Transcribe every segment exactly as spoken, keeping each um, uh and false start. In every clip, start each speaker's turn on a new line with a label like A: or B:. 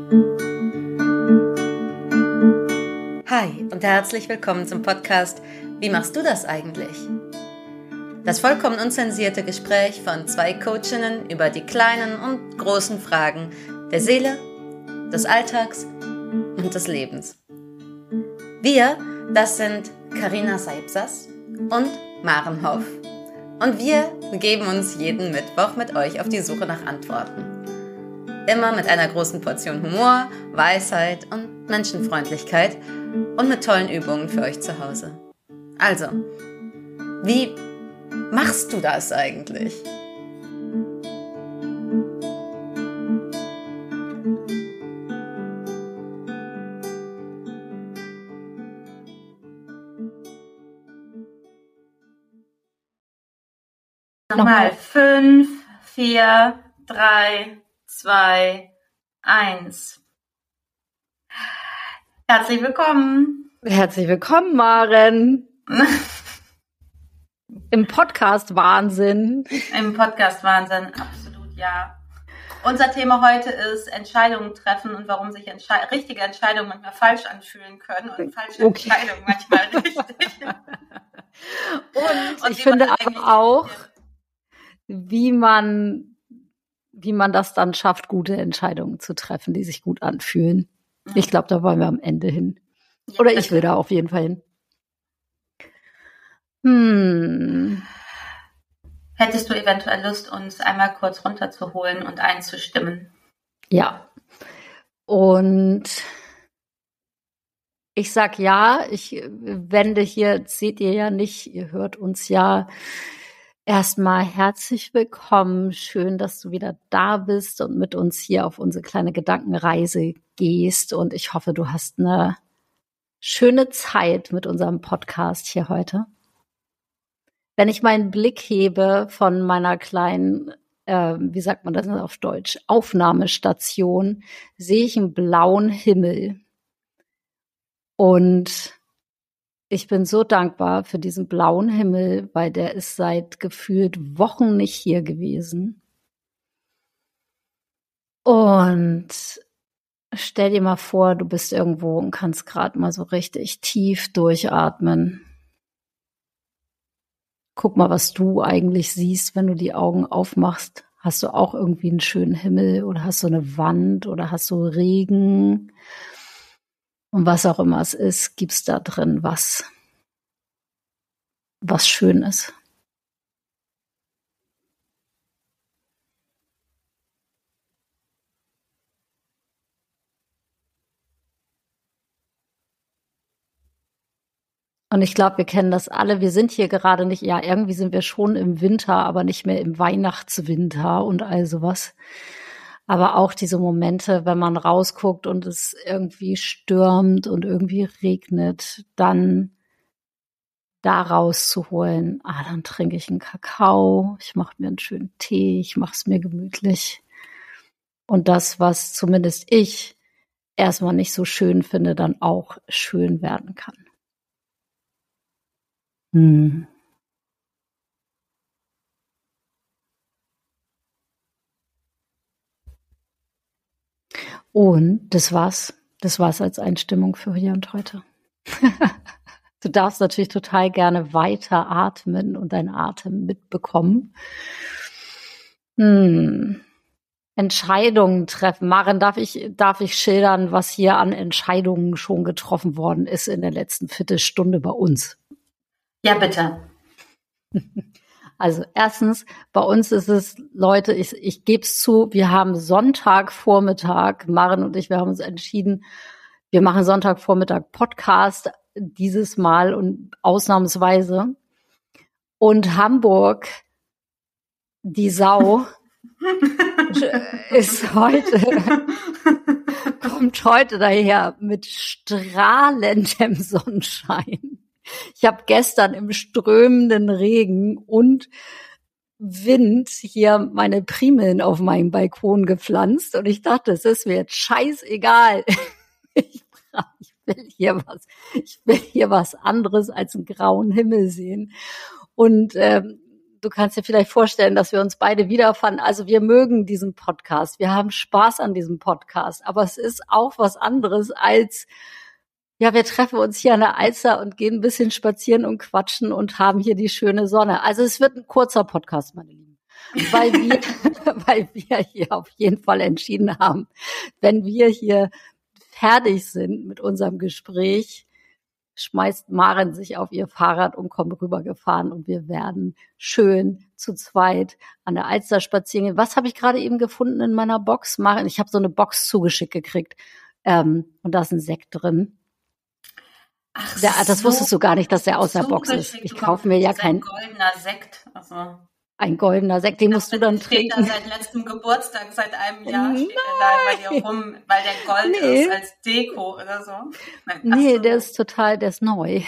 A: Hi und herzlich willkommen zum Podcast Wie machst du das eigentlich? Das vollkommen unzensierte Gespräch von zwei Coachinnen über die kleinen und großen Fragen der Seele, des Alltags und des Lebens. Wir, das sind Carina Seipsas und Maren Hoff. Und wir begeben uns jeden Mittwoch mit euch auf die Suche nach Antworten. Immer mit einer großen Portion Humor, Weisheit und Menschenfreundlichkeit und mit tollen Übungen für euch zu Hause. Also, wie machst du das eigentlich?
B: Nochmal. Fünf, vier, drei, zwei, eins. Herzlich willkommen.
C: Herzlich willkommen, Maren. Im Podcast Wahnsinn.
B: Im Podcast Wahnsinn, absolut, ja. Unser Thema heute ist Entscheidungen treffen und warum sich Entsche- richtige Entscheidungen manchmal falsch anfühlen können und falsche
C: Okay.
B: Entscheidungen manchmal richtig.
C: Und,
B: Und
C: ich
B: wie
C: finde
B: man das eigentlich
C: aber auch,
B: definiert.
C: wie man, wie man das dann schafft, gute Entscheidungen zu treffen, die sich gut anfühlen.
B: Ja.
C: Ich glaube, da wollen wir am Ende hin.
B: Ja,
C: Oder
B: bitte.
C: ich will da auf jeden Fall hin. Hm.
B: Hättest du eventuell Lust, uns einmal kurz runterzuholen und einzustimmen?
C: Ja. Und ich sag ja, ich wende hier, seht ihr ja nicht, ihr hört uns ja. Erstmal herzlich willkommen. Schön, dass du wieder da bist und mit uns hier auf unsere kleine Gedankenreise gehst. Und ich hoffe, du hast eine schöne Zeit mit unserem Podcast hier heute. Wenn ich meinen Blick hebe von meiner kleinen, äh, wie sagt man das auf Deutsch, Aufnahmestation, sehe ich einen blauen Himmel. Und ich bin so dankbar für diesen blauen Himmel, weil der ist seit gefühlt Wochen nicht hier gewesen. Und stell dir mal vor, du bist irgendwo und kannst gerade mal so richtig tief durchatmen. Guck mal, was du eigentlich siehst, wenn du die Augen aufmachst. Hast du auch irgendwie einen schönen Himmel oder hast du eine Wand oder hast du Regen? Und was auch immer es ist, gibt's da drin was, was schön ist. Und ich glaube, wir kennen das alle. Wir sind hier gerade nicht, ja, irgendwie sind wir schon im Winter, aber nicht mehr im Weihnachtswinter und all sowas. Aber auch diese Momente, wenn man rausguckt und es irgendwie stürmt und irgendwie regnet, dann da rauszuholen, ah, dann trinke ich einen Kakao, ich mache mir einen schönen Tee, ich mache es mir gemütlich. Und das, was zumindest ich erstmal nicht so schön finde, dann auch schön werden kann. Hm. Und das war's. Das war's als Einstimmung für hier und heute. Du darfst natürlich total gerne weiter atmen und deinen Atem mitbekommen. Hm. Entscheidungen treffen. Maren, darf ich, darf ich schildern, was hier an Entscheidungen schon getroffen worden ist in der letzten Viertelstunde bei uns?
B: Ja, bitte.
C: Also erstens, bei uns ist es, Leute, ich, ich gebe es zu, wir haben Sonntagvormittag, Maren und ich, wir haben uns entschieden, wir machen Sonntagvormittag Podcast dieses Mal und ausnahmsweise. Und Hamburg, die Sau, ist heute, kommt heute daher mit strahlendem Sonnenschein. Ich habe gestern im strömenden Regen und Wind hier meine Primeln auf meinem Balkon gepflanzt und ich dachte, es ist mir jetzt scheißegal. Ich, ich will hier was, ich will hier was anderes als einen grauen Himmel sehen. Und ähm, du kannst dir vielleicht vorstellen, dass wir uns beide wiederfanden. Also wir mögen diesen Podcast. Wir haben Spaß an diesem Podcast. Aber es ist auch was anderes als, ja, wir treffen uns hier an der Alster und gehen ein bisschen spazieren und quatschen und haben hier die schöne Sonne. Also es wird ein kurzer Podcast, meine Lieben. Weil wir, weil wir hier auf jeden Fall entschieden haben, wenn wir hier fertig sind mit unserem Gespräch, schmeißt Maren sich auf ihr Fahrrad und kommt rübergefahren und wir werden schön zu zweit an der Alster spazieren gehen. Was habe ich gerade eben gefunden in meiner Box? Maren, ich habe so eine Box zugeschickt gekriegt ähm, und da ist ein Sekt drin.
B: Ach
C: der, das
B: so,
C: wusstest du gar nicht, dass der aus der Box ist. Ich kaufe mir ja keinen.
B: Ein goldener Sekt. Also.
C: Ein goldener Sekt, den musst du dann
B: steht
C: trinken.
B: Da seit letztem Geburtstag, seit einem Jahr steht er da bei dir rum, weil der Gold
C: nee.
B: ist als Deko oder so.
C: Nein, nee, so. Der ist total, der ist neu.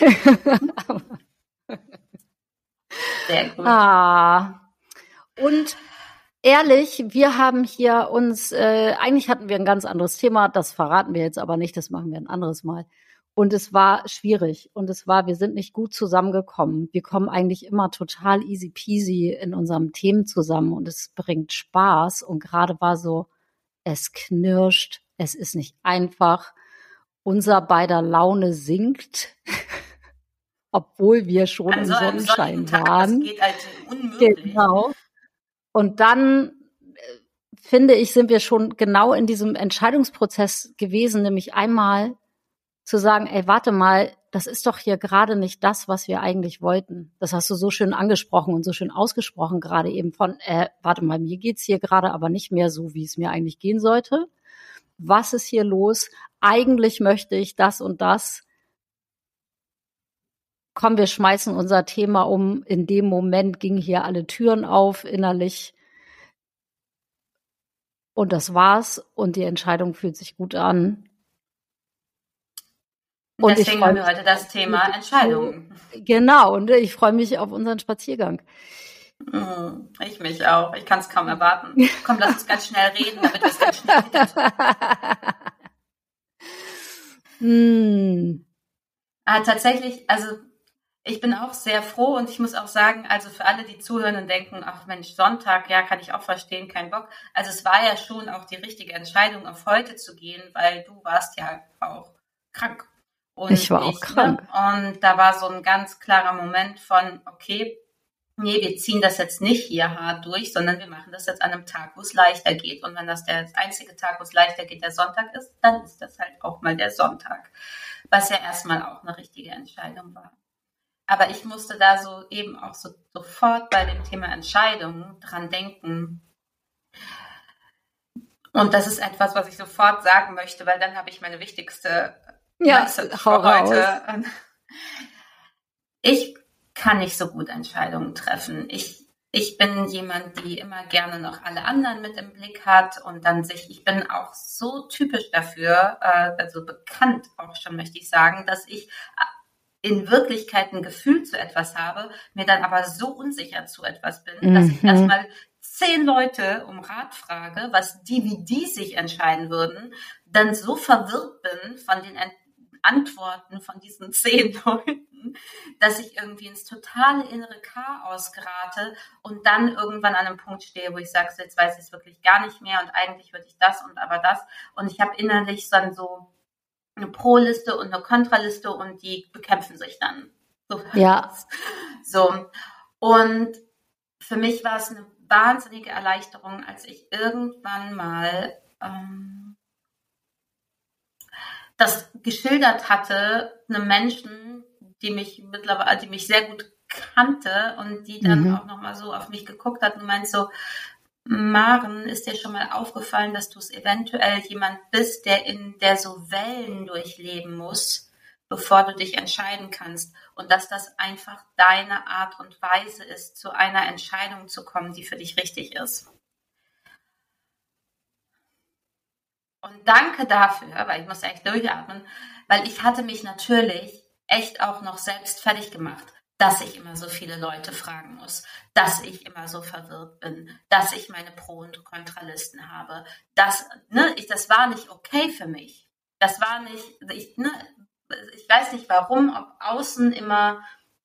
B: Sehr gut.
C: Ah. Und ehrlich, wir haben hier uns, äh, eigentlich hatten wir ein ganz anderes Thema, das verraten wir jetzt aber nicht, das machen wir ein anderes Mal. Und es war schwierig und es war, wir sind nicht gut zusammengekommen. Wir kommen eigentlich immer total easy peasy in unserem Themen zusammen und es bringt Spaß. Und gerade war so, es knirscht, es ist nicht einfach. Unser beider Laune sinkt, obwohl wir schon
B: An
C: im
B: so einem
C: Sonnenschein
B: Tag,
C: waren.
B: Das geht halt unmöglich.
C: Genau. Und dann, finde ich, sind wir schon genau in diesem Entscheidungsprozess gewesen, nämlich einmal zu sagen, ey, warte mal, das ist doch hier gerade nicht das, was wir eigentlich wollten. Das hast du so schön angesprochen und so schön ausgesprochen, gerade eben von, äh, warte mal, mir geht's hier gerade aber nicht mehr so, wie es mir eigentlich gehen sollte. Was ist hier los? Eigentlich möchte ich das und das. Komm, wir schmeißen unser Thema um. In dem Moment gingen hier alle Türen auf, innerlich. Und das war's. Und die Entscheidung fühlt sich gut an.
B: Und deswegen haben wir heute das Thema Entscheidungen.
C: Genau, und ich freue mich auf unseren Spaziergang.
B: Ich mich auch. Ich kann es kaum erwarten. Komm, lass uns ganz schnell reden, damit wir es ganz schnell
C: hm.
B: ah, tatsächlich, also ich bin auch sehr froh und ich muss auch sagen, also für alle, die zuhören und denken, ach Mensch, Sonntag, ja, kann ich auch verstehen, kein Bock. Also es war ja schon auch die richtige Entscheidung, auf heute zu gehen, weil du warst ja auch krank. Und
C: ich war auch ich, krank.
B: Ne? Und da war so ein ganz klarer Moment von, okay, nee, wir ziehen das jetzt nicht hier hart durch, sondern wir machen das jetzt an einem Tag, wo es leichter geht. Und wenn das der einzige Tag, wo es leichter geht, der Sonntag ist, dann ist das halt auch mal der Sonntag. Was ja erstmal auch eine richtige Entscheidung war. Aber ich musste da so eben auch so sofort bei dem Thema Entscheidungen dran denken. Und das ist etwas, was ich sofort sagen möchte, weil dann habe ich meine wichtigste
C: Ja, hau
B: heute.
C: Raus.
B: Ich kann nicht so gut Entscheidungen treffen. Ich, ich bin jemand, die immer gerne noch alle anderen mit im Blick hat und dann sich, ich bin auch so typisch dafür, äh, also bekannt auch schon, möchte ich sagen, dass ich in Wirklichkeit ein Gefühl zu etwas habe, mir dann aber so unsicher zu etwas bin, mhm. dass ich erstmal zehn Leute um Rat frage, was die, wie die sich entscheiden würden, dann so verwirrt bin von den Ent- Antworten von diesen zehn Leuten, dass ich irgendwie ins totale innere Chaos gerate und dann irgendwann an einem Punkt stehe, wo ich sage, so jetzt weiß ich es wirklich gar nicht mehr und eigentlich würde ich das und aber das. Und ich habe innerlich dann so eine Pro-Liste und eine Kontraliste und die bekämpfen sich dann. So.
C: Ja.
B: So. Und für mich war es eine wahnsinnige Erleichterung, als ich irgendwann mal ähm, das geschildert hatte, einem Menschen, die mich mittlerweile, die mich sehr gut kannte und die dann mhm. auch nochmal so auf mich geguckt hat und meint so, Maren, ist dir schon mal aufgefallen, dass du es eventuell jemand bist, der in der so Wellen durchleben muss, bevor du dich entscheiden kannst und dass das einfach deine Art und Weise ist, zu einer Entscheidung zu kommen, die für dich richtig ist. Und danke dafür, weil ich muss echt durchatmen, weil ich hatte mich natürlich echt auch noch selbst fertig gemacht, dass ich immer so viele Leute fragen muss, dass ich immer so verwirrt bin, dass ich meine Pro- und Kontralisten habe. Das, ne, ich, das war nicht okay für mich. Das war nicht, ich, ne, ich weiß nicht warum, ob außen immer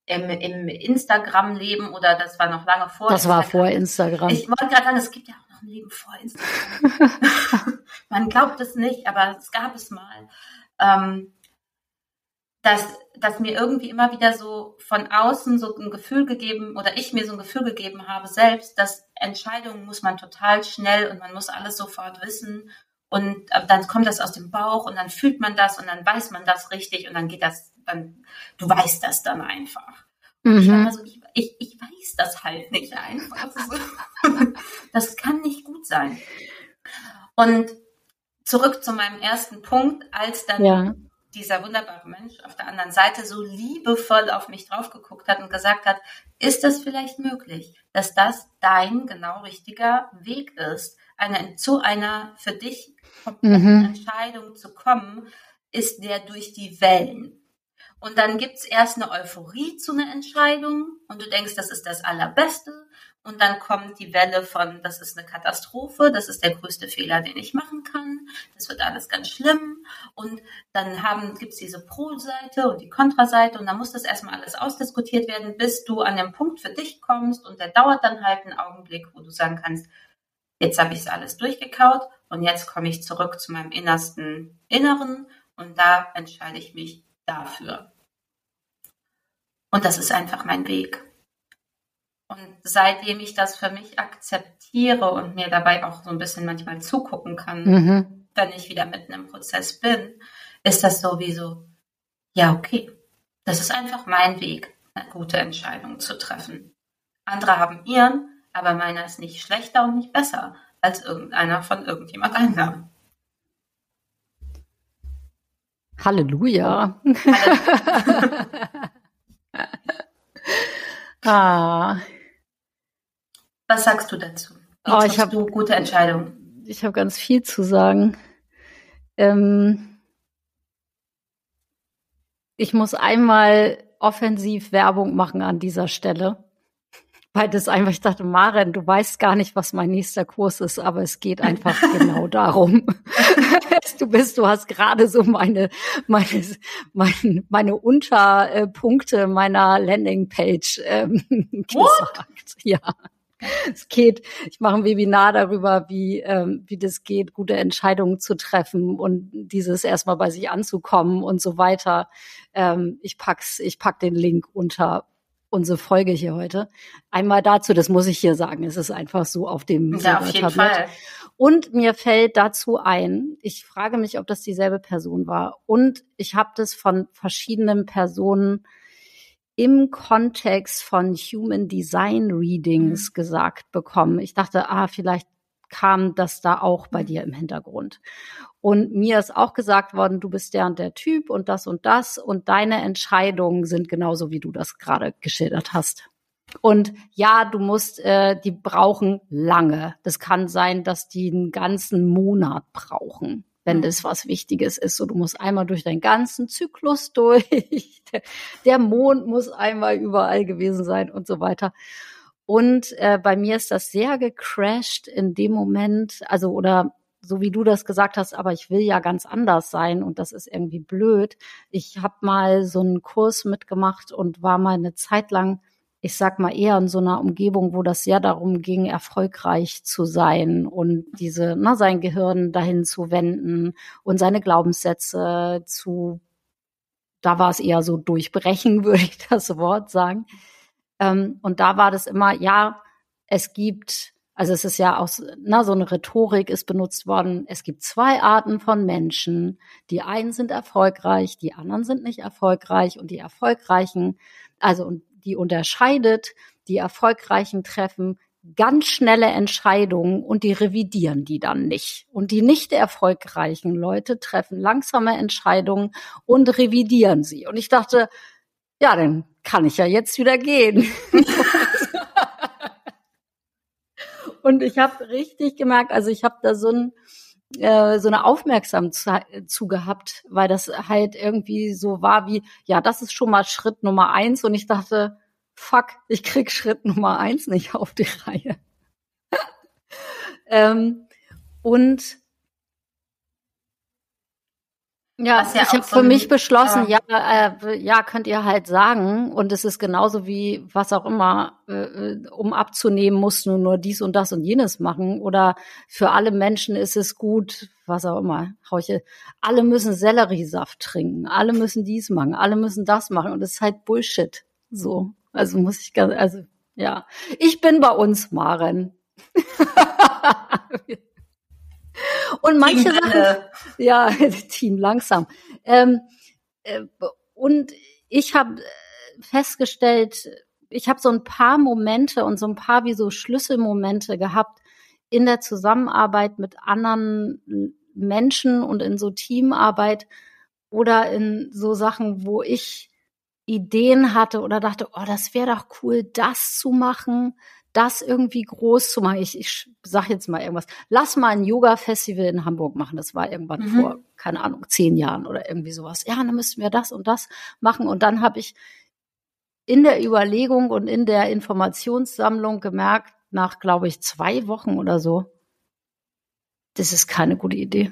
B: im, im Instagram-Leben oder das war noch lange vor
C: Das
B: Instagram.
C: war vor Instagram.
B: Ich wollte gerade sagen, es gibt ja auch noch ein Leben vor Instagram. Man glaubt es nicht, aber es gab es mal. Ähm, dass, dass mir irgendwie immer wieder so von außen so ein Gefühl gegeben oder ich mir so ein Gefühl gegeben habe selbst, dass Entscheidungen muss man total schnell und man muss alles sofort wissen und dann kommt das aus dem Bauch und dann fühlt man das und dann weiß man das richtig und dann geht das, dann du weißt das dann einfach. Und ich war immer so, ich, ich, ich weiß das halt nicht einfach. Das kann nicht gut sein. Und zurück zu meinem ersten Punkt, als dann ja. dieser wunderbare Mensch auf der anderen Seite so liebevoll auf mich drauf geguckt hat und gesagt hat, ist es vielleicht möglich, dass das dein genau richtiger Weg ist, eine, zu einer für dich kompletten mhm. Entscheidung zu kommen, ist der durch die Wellen. Und dann gibt's erst eine Euphorie zu einer Entscheidung und du denkst, das ist das Allerbeste. Und dann kommt die Welle von, das ist eine Katastrophe, das ist der größte Fehler, den ich machen kann, das wird alles ganz schlimm. Und dann haben, gibt's diese Pro-Seite und die Kontra-Seite und dann muss das erstmal alles ausdiskutiert werden, bis du an den Punkt für dich kommst und der dauert dann halt einen Augenblick, wo du sagen kannst, jetzt habe ich es alles durchgekaut und jetzt komme ich zurück zu meinem innersten Inneren und da entscheide ich mich dafür. Und das ist einfach mein Weg. Und seitdem ich das für mich akzeptiere und mir dabei auch so ein bisschen manchmal zugucken kann, mhm. wenn ich wieder mitten im Prozess bin, ist das sowieso, ja okay, das ist einfach mein Weg, eine gute Entscheidung zu treffen. Andere haben ihren, aber meiner ist nicht schlechter und nicht besser als irgendeiner von irgendjemand anderem.
C: Halleluja. Halleluja. ah.
B: Was sagst du dazu? Wie
C: oh, ich habe
B: gute Entscheidungen?
C: Ich habe ganz viel zu sagen. Ähm, ich muss einmal offensiv Werbung machen an dieser Stelle, weil das einfach, ich dachte, Maren, du weißt gar nicht, was mein nächster Kurs ist, aber es geht einfach genau darum. Du bist, du hast gerade so meine, meine, meine, meine Unterpunkte meiner Landingpage ähm, gesagt. Ja. Es geht, ich mache ein Webinar darüber, wie ähm, wie das geht, gute Entscheidungen zu treffen und dieses erstmal bei sich anzukommen und so weiter. Ähm, ich pack's, ich pack den Link unter unsere Folge hier heute. Einmal dazu, das muss ich hier sagen, es ist einfach so auf dem
B: ja, auf jeden Fall.
C: Und mir fällt dazu ein, ich frage mich, ob das dieselbe Person war. Und ich habe das von verschiedenen Personen im Kontext von Human Design Readings mhm. gesagt bekommen. Ich dachte, ah, vielleicht kam das da auch bei dir im Hintergrund. Und mir ist auch gesagt worden, du bist der und der Typ und das und das und deine Entscheidungen sind genauso, wie du das gerade geschildert hast. Und ja, du musst, äh, die brauchen lange. Das kann sein, dass die einen ganzen Monat brauchen, wenn das was Wichtiges ist. So, du musst einmal durch deinen ganzen Zyklus durch. Der Mond muss einmal überall gewesen sein und so weiter. Und äh, bei mir ist das sehr gecrashed in dem Moment, also oder so wie du das gesagt hast, aber ich will ja ganz anders sein und das ist irgendwie blöd. Ich habe mal so einen Kurs mitgemacht und war mal eine Zeit lang, ich sag mal eher in so einer Umgebung, wo das sehr darum ging, erfolgreich zu sein und diese, na, sein Gehirn dahin zu wenden und seine Glaubenssätze zu, da war es eher so durchbrechen, würde ich das Wort sagen. Ähm, und da war das immer, ja, es gibt, also es ist ja auch, na, so eine Rhetorik ist benutzt worden, es gibt zwei Arten von Menschen, die einen sind erfolgreich, die anderen sind nicht erfolgreich und die Erfolgreichen, also und die unterscheidet, die Erfolgreichen treffen ganz schnelle Entscheidungen und die revidieren die dann nicht. Und die nicht erfolgreichen Leute treffen langsame Entscheidungen und revidieren sie. Und ich dachte, ja, dann kann ich ja jetzt wieder gehen. Und ich habe richtig gemerkt, also ich habe da so ein äh, so eine Aufmerksamkeit zu gehabt, weil das halt irgendwie so war wie, ja, das ist schon mal Schritt Nummer eins. Und ich dachte, fuck, ich krieg Schritt Nummer eins nicht auf die Reihe. ähm, und Ja,
B: Was ja
C: ich
B: auch
C: habe
B: so
C: für
B: ein,
C: mich beschlossen,
B: äh,
C: ja, äh, ja, könnt ihr halt sagen. Und es ist genauso wie was auch immer, äh, um abzunehmen, musst du nur dies und das und jenes machen. Oder für alle Menschen ist es gut, was auch immer. Hau ich, alle müssen Selleriesaft trinken, alle müssen dies machen, alle müssen das machen. Und es ist halt Bullshit. So, also muss ich ganz, also ja, ich bin bei uns, Maren. Und
B: Team
C: manche Sachen,
B: Welle.
C: ja, Team langsam. Ähm, äh, und ich habe festgestellt, ich habe so ein paar Momente und so ein paar wie so Schlüsselmomente gehabt in der Zusammenarbeit mit anderen Menschen und in so Teamarbeit oder in so Sachen, wo ich Ideen hatte oder dachte, oh, das wäre doch cool, das zu machen, das irgendwie groß zu machen. Ich, ich sag jetzt mal irgendwas. Lass mal ein Yoga-Festival in Hamburg machen. Das war irgendwann vor,
B: Mhm.
C: keine Ahnung, zehn Jahren oder irgendwie sowas. Ja, dann müssten wir das und das machen. Und dann habe ich in der Überlegung und in der Informationssammlung gemerkt, nach, glaube ich, zwei Wochen oder so, das ist keine gute Idee.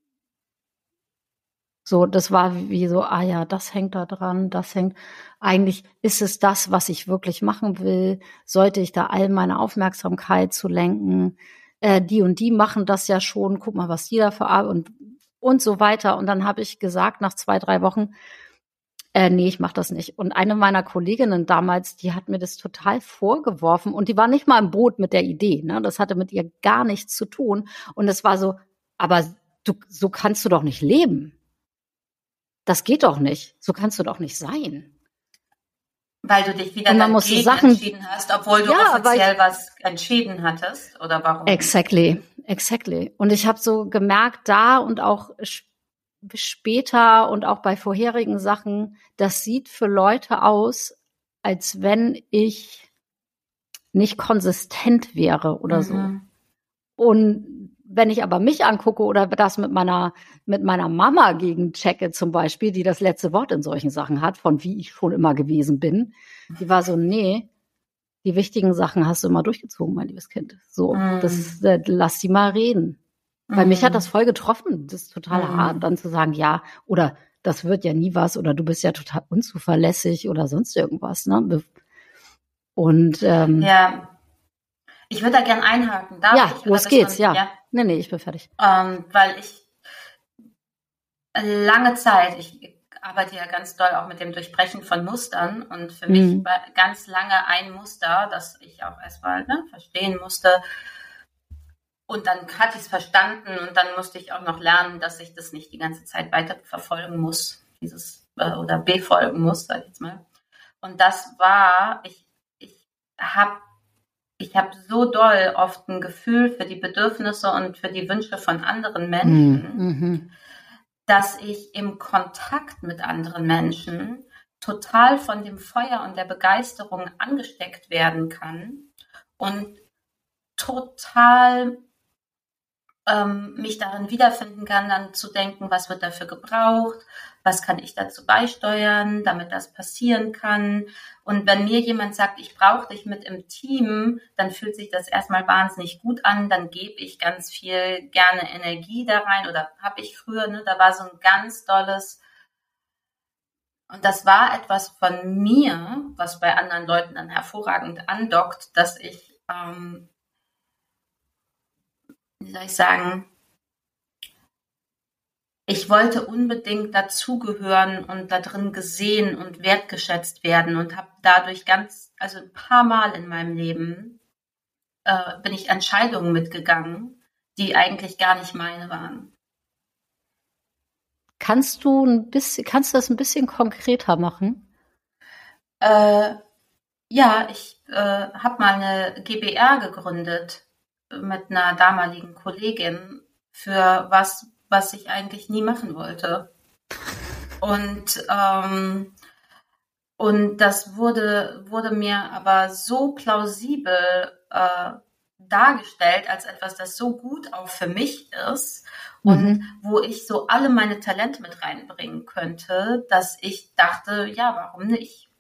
C: So, das war wie so, ah ja, das hängt da dran, das hängt. Eigentlich ist es das, was ich wirklich machen will. Sollte ich da all meine Aufmerksamkeit zu lenken? Äh, die und die machen das ja schon. Guck mal, was die da für Arbeit und und so weiter. Und dann habe ich gesagt nach zwei, drei Wochen, äh, nee, ich mache das nicht. Und eine meiner Kolleginnen damals, die hat mir das total vorgeworfen und die war nicht mal im Boot mit der Idee. Ne? Das hatte mit ihr gar nichts zu tun. Und es war so, aber du, so kannst du doch nicht leben. Das geht doch nicht. So kannst du doch nicht sein.
B: Weil du dich wieder
C: Und man muss so
B: dagegen
C: Sachen,
B: entschieden hast, obwohl du
C: ja, weil ich,
B: offiziell was entschieden hattest? Oder warum?
C: exactly, exactly. Und ich habe so gemerkt, da und auch sch- später und auch bei vorherigen Sachen, das sieht für Leute aus, als wenn ich nicht konsistent wäre oder so.
B: Mhm.
C: Und wenn ich aber mich angucke oder das mit meiner, mit meiner Mama gegenchecke zum Beispiel, die das letzte Wort in solchen Sachen hat, von wie ich schon immer gewesen bin, die war so, nee, die wichtigen Sachen hast du immer durchgezogen, mein liebes Kind. So,
B: Mhm.
C: das, äh, lass die mal reden. Weil mich hat das
B: Mhm.
C: voll getroffen. Das ist total
B: Mhm.
C: hart, dann zu sagen, ja, oder das wird ja nie was, oder du bist ja total unzuverlässig oder sonst irgendwas, ne? Und, ähm,
B: Ja, ich würde da gern einhaken. Darf
C: ja,
B: ich? Oder
C: los
B: bist
C: geht's,
B: du,
C: ja.
B: ja?
C: Nee, nee, ich bin fertig.
B: Ähm, weil ich lange Zeit, ich arbeite ja ganz doll auch mit dem Durchbrechen von Mustern und für mich
C: Mhm.
B: war ganz lange ein Muster, das ich auch erstmal ne, verstehen musste. Und dann hatte ich es verstanden und dann musste ich auch noch lernen, dass ich das nicht die ganze Zeit weiter verfolgen muss, dieses äh, oder befolgen muss, sag ich jetzt mal. Und das war, ich, ich habe ich hab so doll oft ein Gefühl für die Bedürfnisse und für die Wünsche von anderen Menschen,
C: Mhm.
B: dass ich im Kontakt mit anderen Menschen total von dem Feuer und der Begeisterung angesteckt werden kann und total ähm, mich darin wiederfinden kann, dann zu denken, was wird dafür gebraucht, was kann ich dazu beisteuern, damit das passieren kann. Und wenn mir jemand sagt, ich brauche dich mit im Team, dann fühlt sich das erstmal wahnsinnig gut an, dann gebe ich ganz viel gerne Energie da rein oder habe ich früher, ne, da war so ein ganz dolles, und das war etwas von mir, was bei anderen Leuten dann hervorragend andockt, dass ich, ähm, wie soll ich sagen, ich wollte unbedingt dazugehören und da drin gesehen und wertgeschätzt werden und habe dadurch ganz, also ein paar Mal in meinem Leben äh, bin ich Entscheidungen mitgegangen, die eigentlich gar nicht meine waren.
C: Kannst du ein bisschen, kannst du das ein bisschen konkreter machen?
B: Äh, ja, ich äh, habe mal eine G b R gegründet mit einer damaligen Kollegin für was, was ich eigentlich nie machen wollte. Und ähm, Und das wurde, wurde mir aber so plausibel äh, dargestellt als etwas, das so gut auch für mich ist und
C: Mhm.
B: wo ich so alle meine Talente mit reinbringen könnte, dass ich dachte, ja, warum nicht?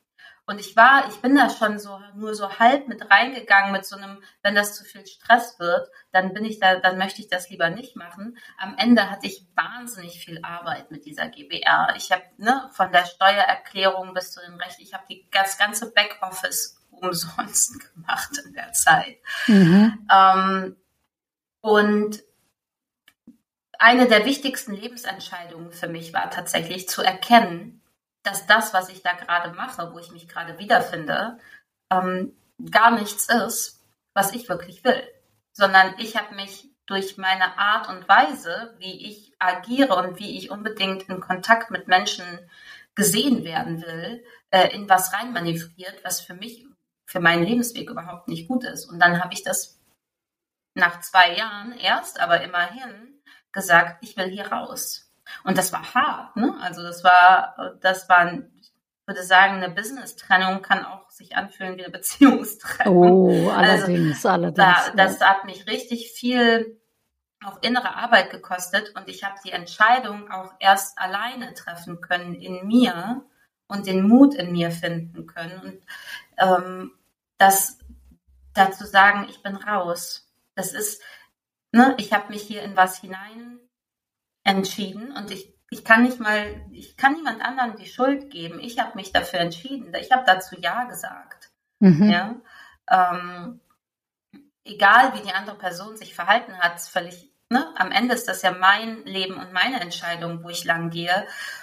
B: Und ich war, ich bin da schon so nur so halb mit reingegangen mit so einem, wenn das zu viel Stress wird, dann bin ich da, dann möchte ich das lieber nicht machen. Am Ende hatte ich wahnsinnig viel Arbeit mit dieser G B R. Ich habe ne, von der Steuererklärung bis zu dem Recht, ich habe die das ganze Backoffice umsonst gemacht in der Zeit. Mhm. Ähm, und eine der wichtigsten Lebensentscheidungen für mich war tatsächlich zu erkennen, dass das, was ich da gerade mache, wo ich mich gerade wiederfinde, ähm, gar nichts ist, was ich wirklich will. Sondern ich habe mich durch meine Art und Weise, wie ich agiere und wie ich unbedingt in Kontakt mit Menschen gesehen werden will, äh, in was reinmanövriert, was für mich, für meinen Lebensweg überhaupt nicht gut ist. Und dann habe ich das nach zwei Jahren erst, aber immerhin gesagt, ich will hier raus. Und das war hart, ne? Also das war, das war, ich würde sagen, eine Business-Trennung kann auch sich anfühlen wie eine Beziehungstrennung.
C: Oh, allerdings,
B: also,
C: allerdings.
B: Da, das hat mich richtig viel auch innere Arbeit gekostet und ich habe die Entscheidung auch erst alleine treffen können in mir und den Mut in mir finden können und ähm, das dazu sagen, ich bin raus. Das ist, ne, ich habe mich hier in was hinein entschieden und ich, ich kann nicht mal, ich kann niemand anderem die Schuld geben. Ich habe mich dafür entschieden. Ich habe dazu Ja gesagt. Mhm. Ja, ähm, egal wie die andere Person sich verhalten hat, völlig, ne, am Ende ist das ja mein Leben und meine Entscheidung, wo ich lang gehe.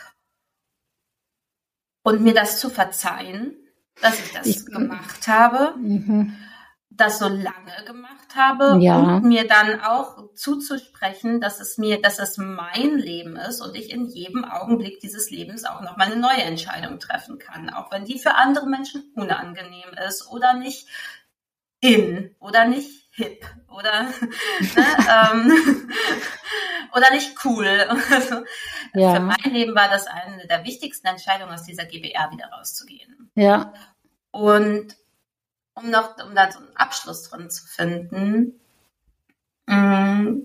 B: Und mir das zu verzeihen, dass ich das ich, gemacht habe, mhm. das so lange gemacht habe ja. und mir dann auch zuzusprechen, dass es mir, dass es mein Leben ist und ich in jedem Augenblick dieses Lebens auch noch mal eine neue Entscheidung treffen kann, auch wenn die für andere Menschen unangenehm ist oder nicht in oder nicht hip oder ne, ähm, oder nicht cool. Ja. Für mein Leben war das eine der wichtigsten Entscheidungen, aus dieser G B R wieder rauszugehen.
C: Ja.
B: Und um noch, um da so einen Abschluss drin zu finden, mh,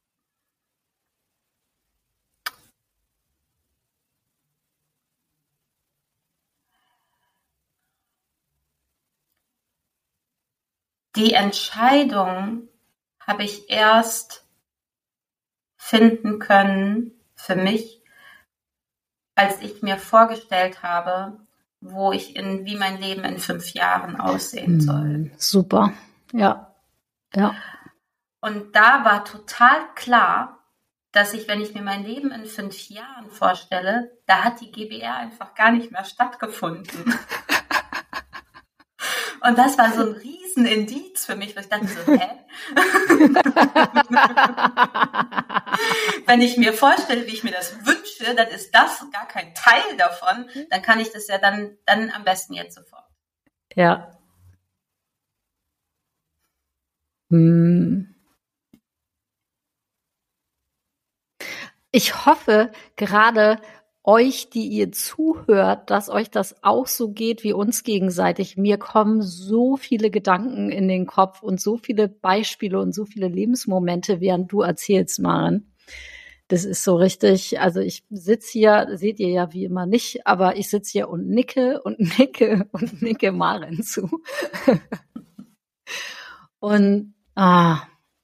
B: die Entscheidung habe ich erst finden können für mich, als ich mir vorgestellt habe, wo ich in, wie mein Leben in fünf Jahren aussehen soll.
C: Super, ja, ja.
B: Und da war total klar, dass ich, wenn ich mir mein Leben in fünf Jahren vorstelle, da hat die G B R einfach gar nicht mehr stattgefunden. Und das war so ein Riesenindiz für mich, weil ich dachte so, hä? Wenn ich mir vorstelle, wie ich mir das wünsche, dann ist das gar kein Teil davon, dann kann ich das ja dann, dann am besten jetzt sofort.
C: Ja. Hm. Ich hoffe gerade, euch, die ihr zuhört, dass euch das auch so geht wie uns gegenseitig. Mir kommen so viele Gedanken in den Kopf und so viele Beispiele und so viele Lebensmomente, während du erzählst, Maren. Das ist so richtig, also ich sitze hier, seht ihr ja wie immer nicht, aber ich sitze hier und nicke und nicke und nicke Maren zu. Und ah,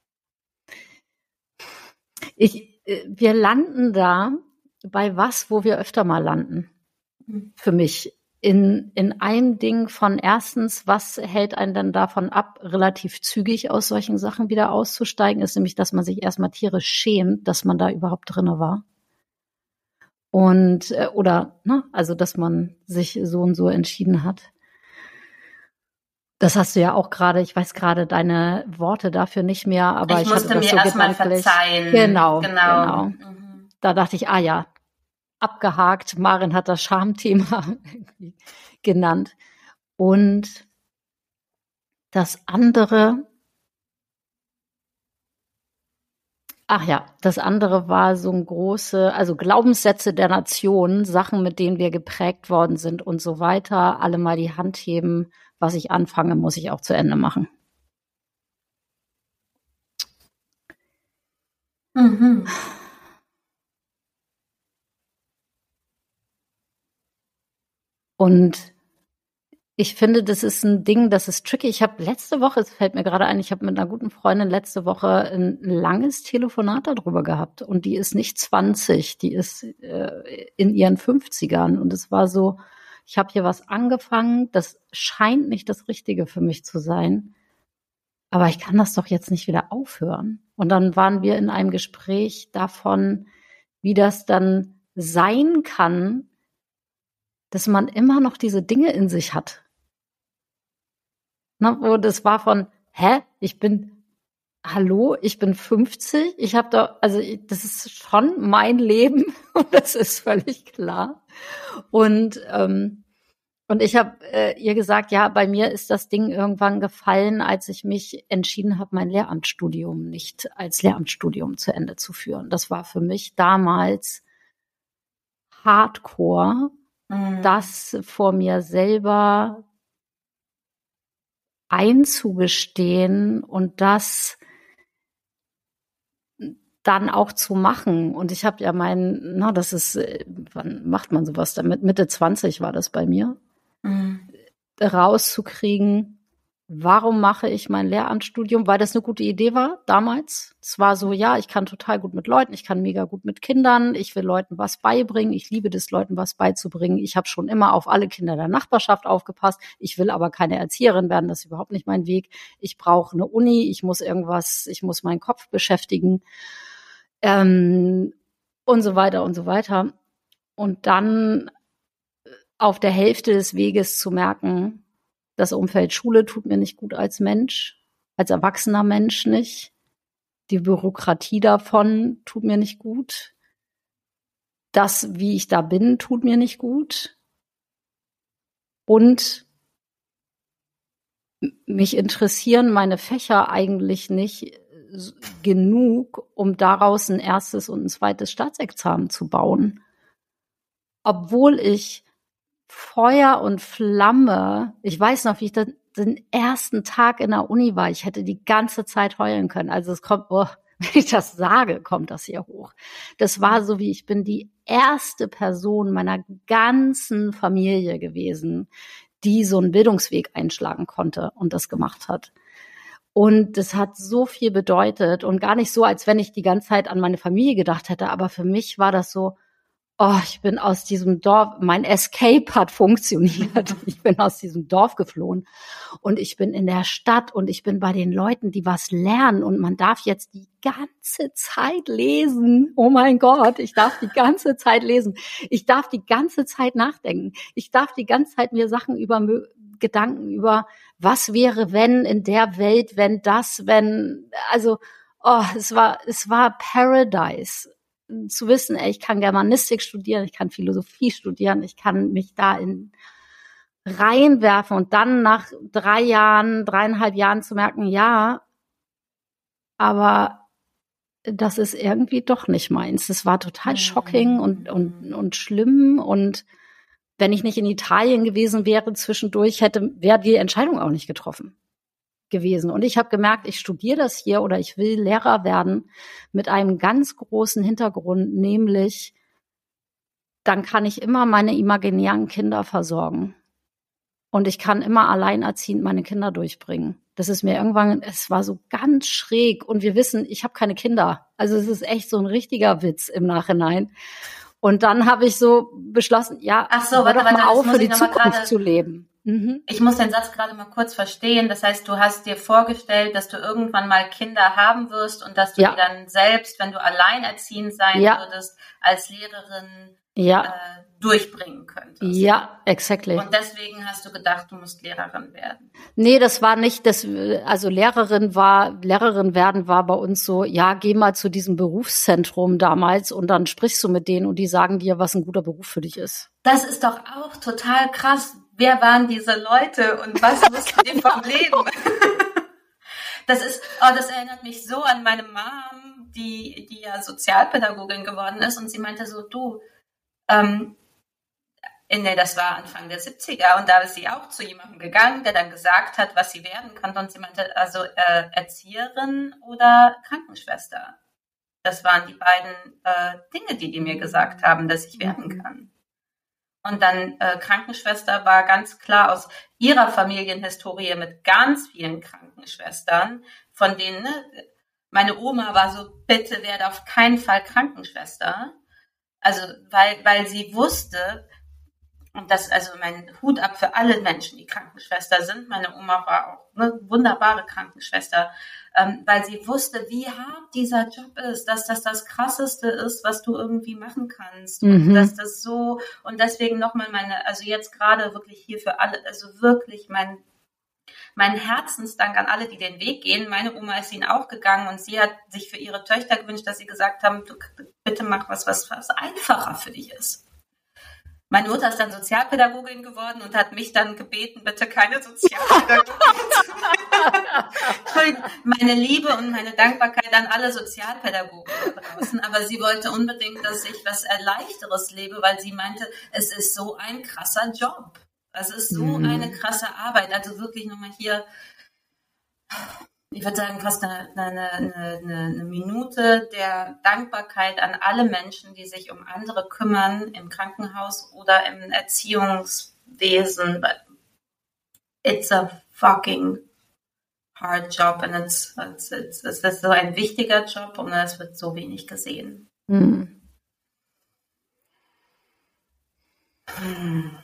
C: ich, wir landen da bei was, wo wir öfter mal landen. Für mich. In, in einem Ding von erstens, was hält einen denn davon ab, relativ zügig aus solchen Sachen wieder auszusteigen, ist nämlich, dass man sich erstmal tierisch schämt, dass man da überhaupt drinne war. Und, äh, oder, ne, also, dass man sich so und so entschieden hat. Das hast du ja auch gerade, ich weiß gerade deine Worte dafür nicht mehr, aber ich,
B: ich musste
C: hatte das
B: mir
C: so
B: erstmal verzeihen.
C: Genau,
B: genau.
C: genau. Mhm. Da dachte ich, ah ja, abgehakt. Maren hat das Schamthema genannt. Und das andere, ach ja, das andere war so ein große, also Glaubenssätze der Nation, Sachen, mit denen wir geprägt worden sind und so weiter. Alle mal die Hand heben. Was ich anfange, muss ich auch zu Ende machen.
B: Mhm.
C: Und Ich finde, das ist ein Ding, das ist tricky. Ich habe letzte Woche, es fällt mir gerade ein, ich habe mit einer guten Freundin letzte Woche ein langes Telefonat darüber gehabt. Und die ist nicht zwanzig, die ist äh, in ihren fünfzigern. Und es war so, ich habe hier was angefangen, das scheint nicht das Richtige für mich zu sein. Aber ich kann das doch jetzt nicht wieder aufhören. Und dann waren wir in einem Gespräch davon, wie das dann sein kann, dass man immer noch diese Dinge in sich hat. Na, wo das war von, hä, ich bin, hallo, ich bin fünfzig, ich habe da, also ich, das ist schon mein Leben und das ist völlig klar. Und ähm, und ich habe äh, ihr gesagt, ja, bei mir ist das Ding irgendwann gefallen, als ich mich entschieden habe, mein Lehramtsstudium nicht als Lehramtsstudium zu Ende zu führen. Das war für mich damals Hardcore, mhm. das vor mir selber einzugestehen und das dann auch zu machen. Und ich habe ja mein, na, das ist, wann macht man sowas damit? Mitte zwanzig war das bei mir. Mhm. Rauszukriegen, warum mache ich mein Lehramtsstudium? Weil das eine gute Idee war damals. Es war so, ja, ich kann total gut mit Leuten, ich kann mega gut mit Kindern, ich will Leuten was beibringen, ich liebe es, Leuten was beizubringen. Ich habe schon immer auf alle Kinder der Nachbarschaft aufgepasst. Ich will aber keine Erzieherin werden, das ist überhaupt nicht mein Weg. Ich brauche eine Uni, ich muss irgendwas, ich muss meinen Kopf beschäftigen ähm, und so weiter und so weiter. Und dann auf der Hälfte des Weges zu merken, das Umfeld Schule tut mir nicht gut als Mensch, als erwachsener Mensch nicht. Die Bürokratie davon tut mir nicht gut. Das, wie ich da bin, tut mir nicht gut. Und mich interessieren meine Fächer eigentlich nicht genug, um daraus ein erstes und ein zweites Staatsexamen zu bauen. Obwohl ich Feuer und Flamme, ich weiß noch, wie ich den, den ersten Tag in der Uni war, ich hätte die ganze Zeit heulen können. Also es kommt, oh, wenn ich das sage, kommt das hier hoch. Das war so, wie ich bin die erste Person meiner ganzen Familie gewesen, die so einen Bildungsweg einschlagen konnte und das gemacht hat. Und das hat so viel bedeutet und gar nicht so, als wenn ich die ganze Zeit an meine Familie gedacht hätte, aber für mich war das so, oh, ich bin aus diesem Dorf, mein Escape hat funktioniert. Ich bin aus diesem Dorf geflohen und ich bin in der Stadt und ich bin bei den Leuten, die was lernen und man darf jetzt die ganze Zeit lesen. Oh mein Gott, ich darf die ganze Zeit lesen. Ich darf die ganze Zeit nachdenken. Ich darf die ganze Zeit mir Sachen über, Gedanken über, was wäre, wenn in der Welt, wenn das, wenn, also, oh, es war, es war Paradise. Zu wissen, ey, ich kann Germanistik studieren, ich kann Philosophie studieren, ich kann mich da in reinwerfen und dann nach drei Jahren, dreieinhalb Jahren zu merken, ja, aber das ist irgendwie doch nicht meins. Das war total shocking und, und, und schlimm und wenn ich nicht in Italien gewesen wäre zwischendurch, hätte, wäre die Entscheidung auch nicht getroffen gewesen. Und ich habe gemerkt, ich studiere das hier oder ich will Lehrer werden mit einem ganz großen Hintergrund, nämlich dann kann ich immer meine imaginären Kinder versorgen. Und ich kann immer alleinerziehend meine Kinder durchbringen. Das ist mir irgendwann, es war so ganz schräg. Und wir wissen, ich habe keine Kinder. Also es ist echt so ein richtiger Witz im Nachhinein. Und dann habe ich so beschlossen, ja,
B: ach so, warte,
C: doch mal
B: warte,
C: auf, für die Zukunft
B: grade,
C: zu leben. Mhm.
B: Ich muss den Satz gerade mal kurz verstehen. Das heißt, du hast dir vorgestellt, dass du irgendwann mal Kinder haben wirst und dass du
C: ja.
B: die dann selbst, wenn du alleinerziehend sein
C: ja.
B: würdest, als Lehrerin
C: ja.
B: äh, durchbringen könntest.
C: Ja, exactly.
B: Und deswegen hast du gedacht, du musst Lehrerin werden.
C: Nee, das war nicht, das, also Lehrerin war, Lehrerin werden war bei uns so, ja, geh mal zu diesem Berufszentrum damals und dann sprichst du mit denen und die sagen dir, was ein guter Beruf für dich ist.
B: Das ist doch auch total krass. Wer waren diese Leute und was wussten die vom Leben? Das ist, oh, das erinnert mich so an meine Mom, die, die ja Sozialpädagogin geworden ist und sie meinte so, du, ähm, Nee, das war Anfang der siebziger und da ist sie auch zu jemandem gegangen, der dann gesagt hat, was sie werden könnte und sie meinte, also äh, Erzieherin oder Krankenschwester. Das waren die beiden äh, Dinge, die die mir gesagt haben, dass ich werden kann. Und dann äh, Krankenschwester war ganz klar aus ihrer Familienhistorie mit ganz vielen Krankenschwestern, von denen, ne, meine Oma war so, bitte werde auf keinen Fall Krankenschwester. Also, weil, weil sie wusste, und das, also mein Hut ab für alle Menschen, die Krankenschwester sind. Meine Oma war auch eine wunderbare Krankenschwester, ähm, weil sie wusste, wie hart dieser Job ist, dass das das Krasseste ist, was du irgendwie machen kannst. Mhm. Und dass das so, und deswegen nochmal meine, also jetzt gerade wirklich hier für alle, also wirklich mein, mein Herzensdank an alle, die den Weg gehen. Meine Oma ist ihn auch gegangen und sie hat sich für ihre Töchter gewünscht, dass sie gesagt haben, du, bitte mach was, was, was einfacher für dich ist. Meine Mutter ist dann Sozialpädagogin geworden und hat mich dann gebeten, bitte keine Sozialpädagogin zu werden. Meine Liebe und meine Dankbarkeit an alle Sozialpädagogen da draußen. Aber sie wollte unbedingt, dass ich was Erleichteres lebe, weil sie meinte, es ist so ein krasser Job. Es ist so mhm. eine krasse Arbeit. Also wirklich nochmal hier, ich würde sagen, fast eine, eine, eine, eine Minute der Dankbarkeit an alle Menschen, die sich um andere kümmern, im Krankenhaus oder im Erziehungswesen. It's a fucking hard job and it's, it's, it's, es ist so ein wichtiger Job und es wird so wenig gesehen. Hm. Hm.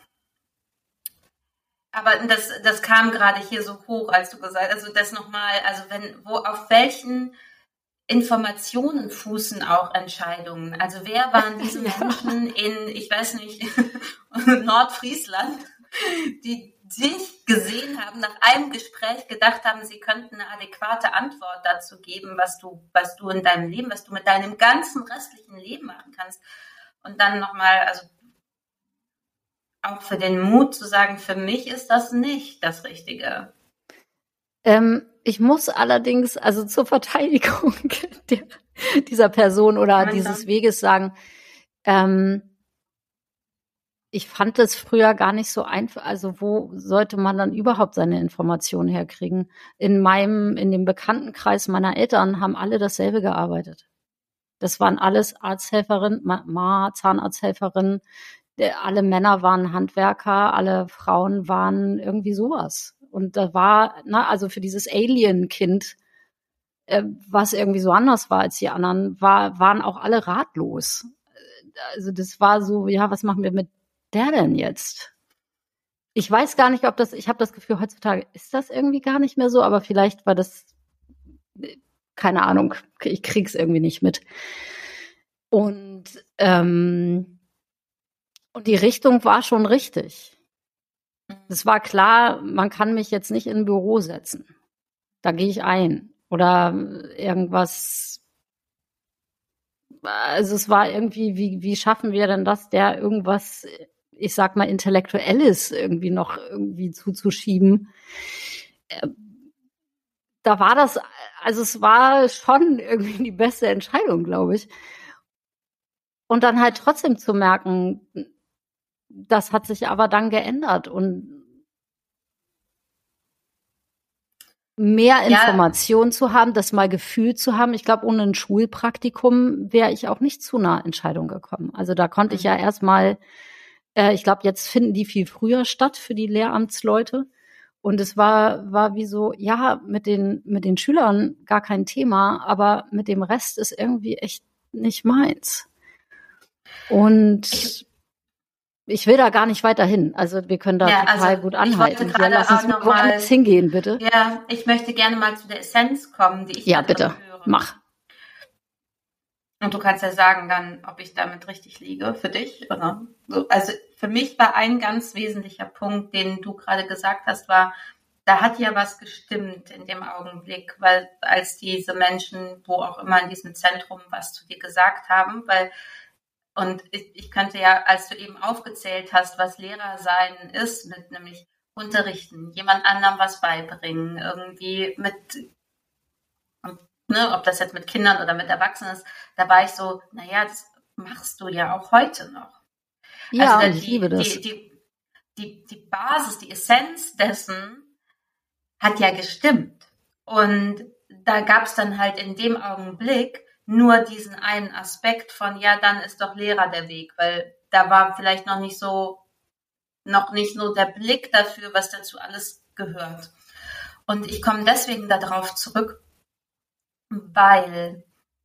B: Aber das, das kam gerade hier so hoch, als du gesagt hast, also das nochmal, also wenn, wo, auf welchen Informationen fußen auch Entscheidungen? Also wer waren diese ja. Menschen in, ich weiß nicht, Nordfriesland, die sich gesehen haben, nach einem Gespräch gedacht haben, sie könnten eine adäquate Antwort dazu geben, was du, was du in deinem Leben, was du mit deinem ganzen restlichen Leben machen kannst. Und dann nochmal, also auch für den Mut zu sagen, für mich ist das nicht das Richtige.
C: Ähm, ich muss allerdings, also zur Verteidigung der, dieser Person oder Nein, dieses Weges sagen, ähm, ich fand es früher gar nicht so einfach, also wo sollte man dann überhaupt seine Informationen herkriegen? In meinem, in dem Bekanntenkreis meiner Eltern haben alle dasselbe gearbeitet. Das waren alles Arzthelferinnen, Ma, Zahnarzthelferinnen, alle Männer waren Handwerker, alle Frauen waren irgendwie sowas. Und da war, na, also für dieses Alien-Kind, äh, was irgendwie so anders war als die anderen, war, waren auch alle ratlos. Also das war so, ja, was machen wir mit der denn jetzt? Ich weiß gar nicht, ob das, ich habe das Gefühl, heutzutage ist das irgendwie gar nicht mehr so, aber vielleicht war das, keine Ahnung, ich krieg's irgendwie nicht mit. Und, ähm, Und die Richtung war schon richtig. Es war klar, man kann mich jetzt nicht in ein Büro setzen. Da gehe ich ein. Oder irgendwas. Also es war irgendwie, wie, wie schaffen wir denn das, der irgendwas, ich sag mal, Intellektuelles irgendwie noch irgendwie zuzuschieben. Da war das, also es war schon irgendwie die beste Entscheidung, glaube ich. Und dann halt trotzdem zu merken, das hat sich aber dann geändert und mehr Informationen ja. zu haben, das mal gefühlt zu haben. Ich glaube, ohne ein Schulpraktikum wäre ich auch nicht zu einer Entscheidung gekommen. Also da konnte mhm. ich ja erstmal, äh, ich glaube, jetzt finden die viel früher statt für die Lehramtsleute. Und es war, war wie so, ja, mit den, mit den Schülern gar kein Thema, aber mit dem Rest ist irgendwie echt nicht meins. Und ich will da gar nicht weiter hin. Also wir können da ja, total also gut anhalten. Ja, lass uns mal woanders hingehen, bitte.
B: Ja, ich möchte gerne mal zu der Essenz kommen, die ich
C: ja, bitte. höre. Mach.
B: Und du kannst ja sagen dann, ob ich damit richtig liege für dich, oder? So, also für mich war ein ganz wesentlicher Punkt, den du gerade gesagt hast, war, da hat ja was gestimmt in dem Augenblick, weil als diese Menschen, wo auch immer in diesem Zentrum was zu dir gesagt haben, weil und ich, ich könnte ja, als du eben aufgezählt hast, was Lehrer sein ist, mit nämlich unterrichten, jemand anderem was beibringen, irgendwie mit, ne, ob das jetzt mit Kindern oder mit Erwachsenen ist, da war ich so, naja, das machst du ja auch heute noch.
C: Ja, also
B: die,
C: ich liebe das.
B: Die, die, die, die Basis, die Essenz dessen hat ja gestimmt. Und da gab es dann halt in dem Augenblick nur diesen einen Aspekt von, ja, dann ist doch Lehrer der Weg, weil da war vielleicht noch nicht so noch nicht so der Blick dafür, was dazu alles gehört. Und ich komme deswegen darauf zurück, weil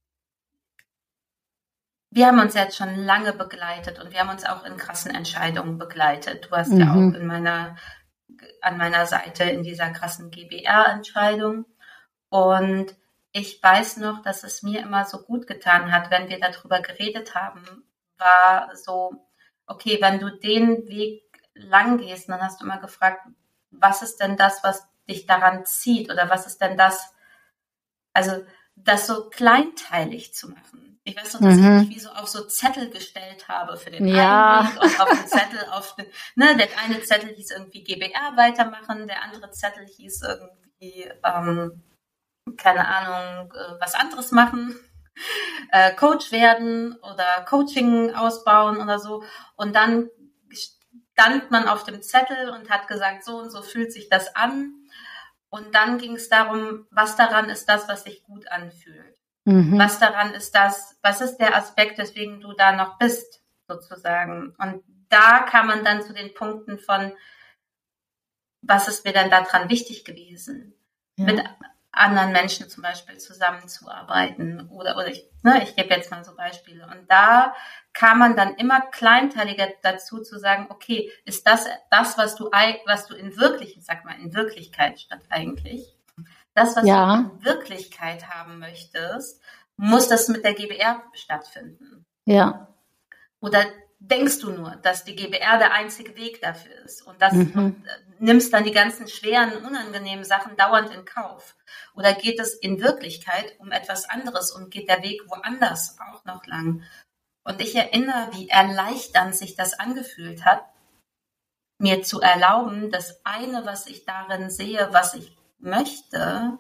B: wir haben uns jetzt schon lange begleitet und wir haben uns auch in krassen Entscheidungen begleitet. Du hast mhm. ja auch in meiner, an meiner Seite in dieser krassen G B R-Entscheidung. Und ich weiß noch, dass es mir immer so gut getan hat, wenn wir darüber geredet haben, war so, okay, wenn du den Weg lang gehst, dann hast du immer gefragt, was ist denn das, was dich daran zieht? Oder was ist denn das, also das so kleinteilig zu machen? Ich weiß noch, dass mhm. ich mich wie so auf so Zettel gestellt habe für den
C: ja.
B: einen Weg und auf den Zettel, auf den, ne, der eine Zettel hieß irgendwie G B R weitermachen, der andere Zettel hieß irgendwie, ähm, keine Ahnung, äh, was anderes machen, äh, Coach werden oder Coaching ausbauen oder so. Und dann stand man auf dem Zettel und hat gesagt, so und so fühlt sich das an. Und dann ging es darum, was daran ist das, was sich gut anfühlt. Mhm. Was daran ist das, was ist der Aspekt, weswegen du da noch bist, sozusagen. Und da kam man dann zu den Punkten von, was ist mir denn daran wichtig gewesen, ja. mit anderen Menschen zum Beispiel zusammenzuarbeiten oder, oder ich, ne, ich gebe jetzt mal so Beispiele. Und da kam man dann immer kleinteiliger dazu zu sagen, okay, ist das das, was du, was du in Wirklichkeit, sag mal in Wirklichkeit statt eigentlich, das, was ja. du in Wirklichkeit haben möchtest, muss das mit der G B R stattfinden.
C: Ja.
B: Oder denkst du nur, dass die G B R der einzige Weg dafür ist und das mhm. und, äh, nimmst dann die ganzen schweren, unangenehmen Sachen dauernd in Kauf? Oder geht es in Wirklichkeit um etwas anderes und geht der Weg woanders auch noch lang? Und ich erinnere, wie erleichternd sich das angefühlt hat, mir zu erlauben, das eine, was ich darin sehe, was ich möchte,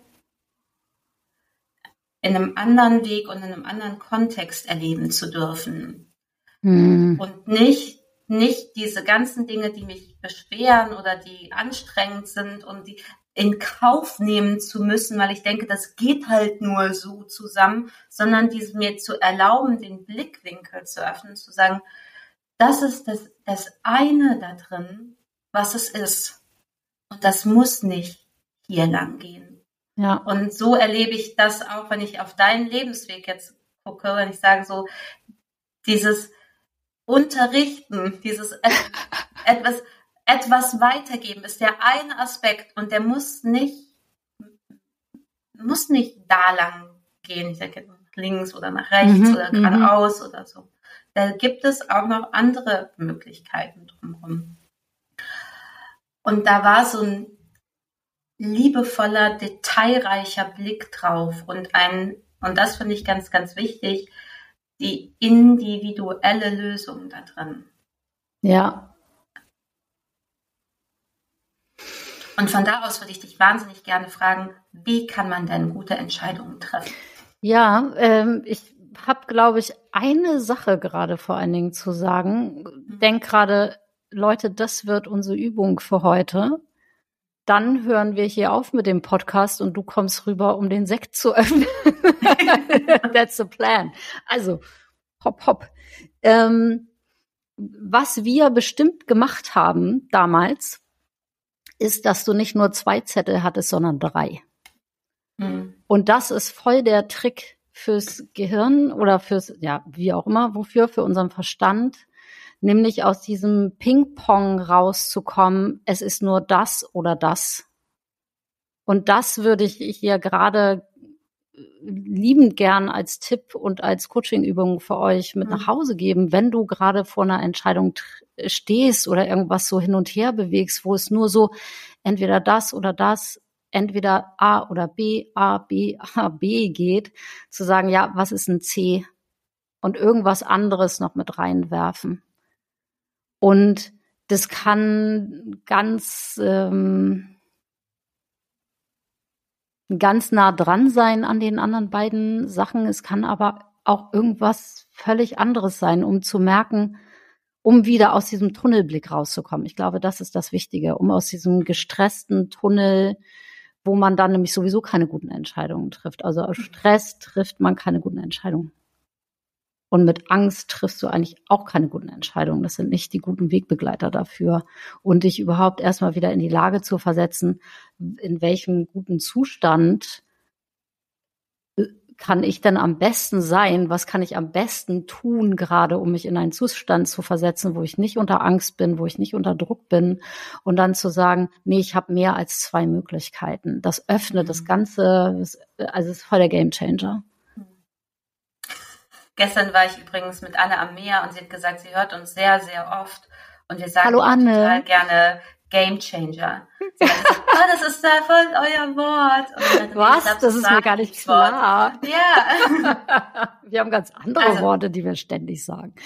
B: in einem anderen Weg und in einem anderen Kontext erleben zu dürfen. Hm. Und nicht, nicht diese ganzen Dinge, die mich beschweren oder die anstrengend sind und die in Kauf nehmen zu müssen, weil ich denke, das geht halt nur so zusammen, sondern diese mir zu erlauben, den Blickwinkel zu öffnen, zu sagen, das ist das, das eine da drin, was es ist. Und das muss nicht hier lang gehen.
C: Ja.
B: Und so erlebe ich das auch, wenn ich auf deinen Lebensweg jetzt gucke, wenn ich sage so, dieses Unterrichten, dieses etwas, etwas weitergeben ist der eine Aspekt und der muss nicht, muss nicht da lang gehen, ich sage nach links oder nach rechts mhm, oder geradeaus mhm. oder so. Da gibt es auch noch andere Möglichkeiten drumherum. Und da war so ein liebevoller, detailreicher Blick drauf und ein, und das finde ich ganz, ganz wichtig, die individuelle Lösung da drin.
C: Ja.
B: Und von da aus würde ich dich wahnsinnig gerne fragen, wie kann man denn gute Entscheidungen treffen?
C: Ja, ähm, ich habe, glaube ich, eine Sache gerade vor allen Dingen zu sagen. Mhm. Denk gerade, Leute, das wird unsere Übung für heute. Dann hören wir hier auf mit dem Podcast und du kommst rüber, um den Sekt zu öffnen. That's the plan. Also, hopp, hopp. Ähm, was wir bestimmt gemacht haben damals, ist, dass du nicht nur zwei Zettel hattest, sondern drei. Mhm. Und das ist voll der Trick fürs Gehirn oder fürs, ja, wie auch immer, wofür, für unseren Verstand, nämlich aus diesem Ping-Pong rauszukommen, es ist nur das oder das. Und das würde ich hier gerade liebend gern als Tipp und als Coaching-Übung für euch mit mhm. nach Hause geben, wenn du gerade vor einer Entscheidung t- stehst oder irgendwas so hin und her bewegst, wo es nur so entweder das oder das, entweder A oder B, A, B, A, B geht, zu sagen, ja, was ist ein C? Und irgendwas anderes noch mit reinwerfen. Und das kann ganz ähm, ganz nah dran sein an den anderen beiden Sachen. Es kann aber auch irgendwas völlig anderes sein, um zu merken, um wieder aus diesem Tunnelblick rauszukommen. Ich glaube, das ist das Wichtige, um aus diesem gestressten Tunnel, wo man dann nämlich sowieso keine guten Entscheidungen trifft. Also aus Stress trifft man keine guten Entscheidungen. Und mit Angst triffst du eigentlich auch keine guten Entscheidungen. Das sind nicht die guten Wegbegleiter dafür. Und dich überhaupt erstmal wieder in die Lage zu versetzen, in welchem guten Zustand kann ich denn am besten sein? Was kann ich am besten tun, gerade um mich in einen Zustand zu versetzen, wo ich nicht unter Angst bin, wo ich nicht unter Druck bin? Und dann zu sagen, nee, ich habe mehr als zwei Möglichkeiten. Das öffnet mhm. das Ganze, also es ist voll der Gamechanger.
B: Gestern war ich übrigens mit Anne am Meer und sie hat gesagt, sie hört uns sehr, sehr oft. Und wir sagen
C: Hallo, Anne.
B: total gerne Gamechanger. Sie hat gesagt, oh, das ist ja voll euer Wort. Und dann,
C: was? Das, das ist mir gar nicht klar.
B: Wort. Ja.
C: Wir haben ganz andere also, Worte, die wir ständig sagen.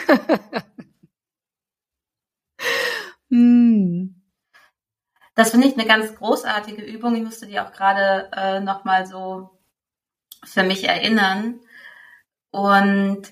C: hm.
B: Das finde ich eine ganz großartige Übung. Ich musste die auch gerade äh, nochmal so für mich erinnern. Und,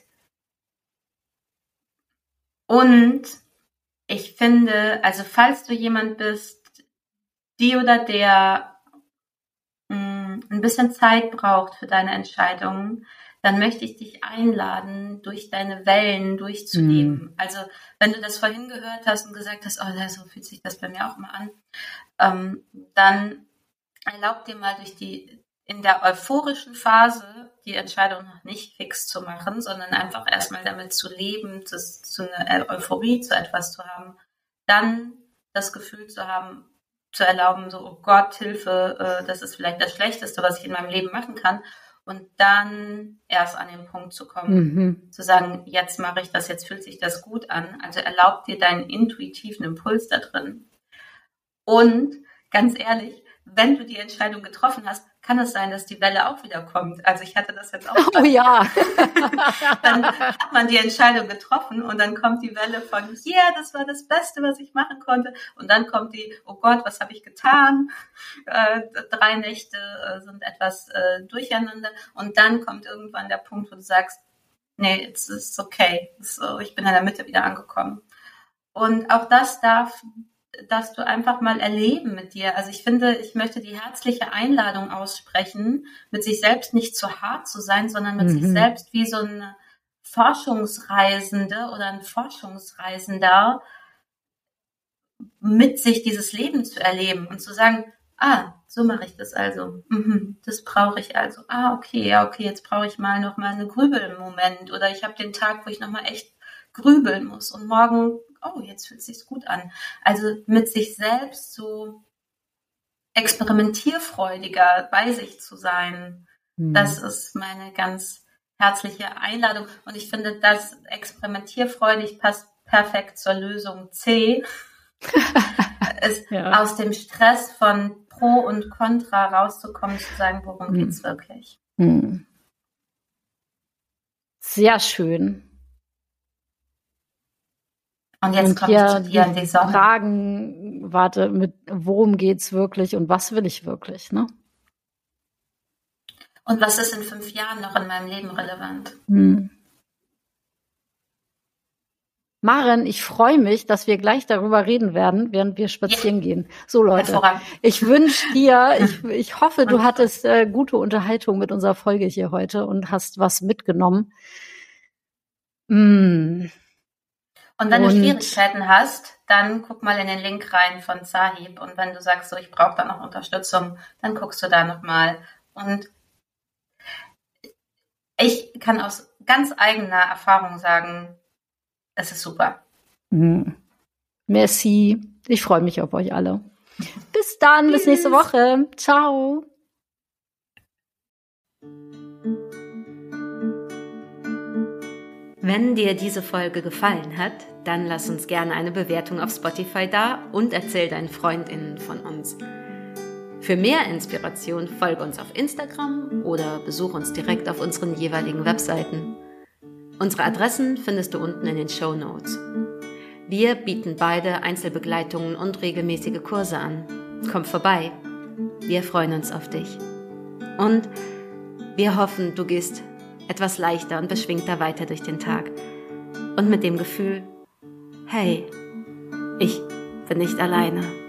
B: und ich finde, also falls du jemand bist, die oder der mh, ein bisschen Zeit braucht für deine Entscheidungen, dann möchte ich dich einladen, durch deine Wellen durchzuleben. Mm. Also wenn du das vorhin gehört hast und gesagt hast, oh, so fühlt sich das bei mir auch mal an, ähm, dann erlaub dir mal durch die in der euphorischen Phase die Entscheidung noch nicht fix zu machen, sondern einfach erstmal damit zu leben, zu, zu einer Euphorie, zu etwas zu haben, dann das Gefühl zu haben, zu erlauben, so, oh Gott, Hilfe, äh, das ist vielleicht das Schlechteste, was ich in meinem Leben machen kann, und dann erst an den Punkt zu kommen, mhm. zu sagen, jetzt mache ich das, jetzt fühlt sich das gut an, also erlaub dir deinen intuitiven Impuls da drin. Und ganz ehrlich, wenn du die Entscheidung getroffen hast, kann es sein, dass die Welle auch wieder kommt. Also ich hatte das jetzt auch.
C: Oh ja.
B: Dann hat man die Entscheidung getroffen und dann kommt die Welle von, ja, yeah, das war das Beste, was ich machen konnte. Und dann kommt die, oh Gott, was habe ich getan? Äh, drei Nächte äh, sind etwas äh, durcheinander. Und dann kommt irgendwann der Punkt, wo du sagst, nee, es ist okay. So, ich bin in der Mitte wieder angekommen. Und auch das darf dass du einfach mal erleben mit dir. Also ich finde, ich möchte die herzliche Einladung aussprechen, mit sich selbst nicht zu hart zu sein, sondern mit mhm. sich selbst wie so eine Forschungsreisende oder ein Forschungsreisender mit sich dieses Leben zu erleben und zu sagen, ah, so mache ich das also. Mhm, das brauche ich also. Ah, okay, ja, okay, jetzt brauche ich mal noch mal einen Grübelmoment oder ich habe den Tag, wo ich noch mal echt grübeln muss und morgen, oh, jetzt fühlt es sich gut an. Also mit sich selbst so experimentierfreudiger bei sich zu sein, mhm. das ist meine ganz herzliche Einladung. Und ich finde, das experimentierfreudig passt perfekt zur Lösung C. ist ja. Aus dem Stress von Pro und Contra rauszukommen, zu sagen, worum mhm. geht's wirklich.
C: Mhm. Sehr schön.
B: Und jetzt komme ich zu dir in die Sonne.
C: Fragen, warte, mit worum geht's wirklich und was will ich wirklich, ne?
B: Und was ist in fünf Jahren noch in meinem Leben relevant?
C: Hm. Maren, ich freue mich, dass wir gleich darüber reden werden, während wir spazieren ja. gehen. So Leute, ich wünsche dir, ich, ich hoffe, du hattest äh, gute Unterhaltung mit unserer Folge hier heute und hast was mitgenommen. Mmh.
B: Und wenn und, du Schwierigkeiten hast, dann guck mal in den Link rein von Zahib. Und wenn du sagst, so ich brauche da noch Unterstützung, dann guckst du da nochmal. Und ich kann aus ganz eigener Erfahrung sagen, es ist super.
C: Mhm. Merci. Ich freue mich auf euch alle. Bis dann, bis nächste Woche. Ciao.
A: Wenn dir diese Folge gefallen hat, dann lass uns gerne eine Bewertung auf Spotify da und erzähl deinen FreundInnen von uns. Für mehr Inspiration folge uns auf Instagram oder besuch uns direkt auf unseren jeweiligen Webseiten. Unsere Adressen findest du unten in den Shownotes. Wir bieten beide Einzelbegleitungen und regelmäßige Kurse an. Komm vorbei. Wir freuen uns auf dich. Und wir hoffen, du gehst etwas leichter und beschwingter weiter durch den Tag. Und mit dem Gefühl, hey, ich bin nicht alleine.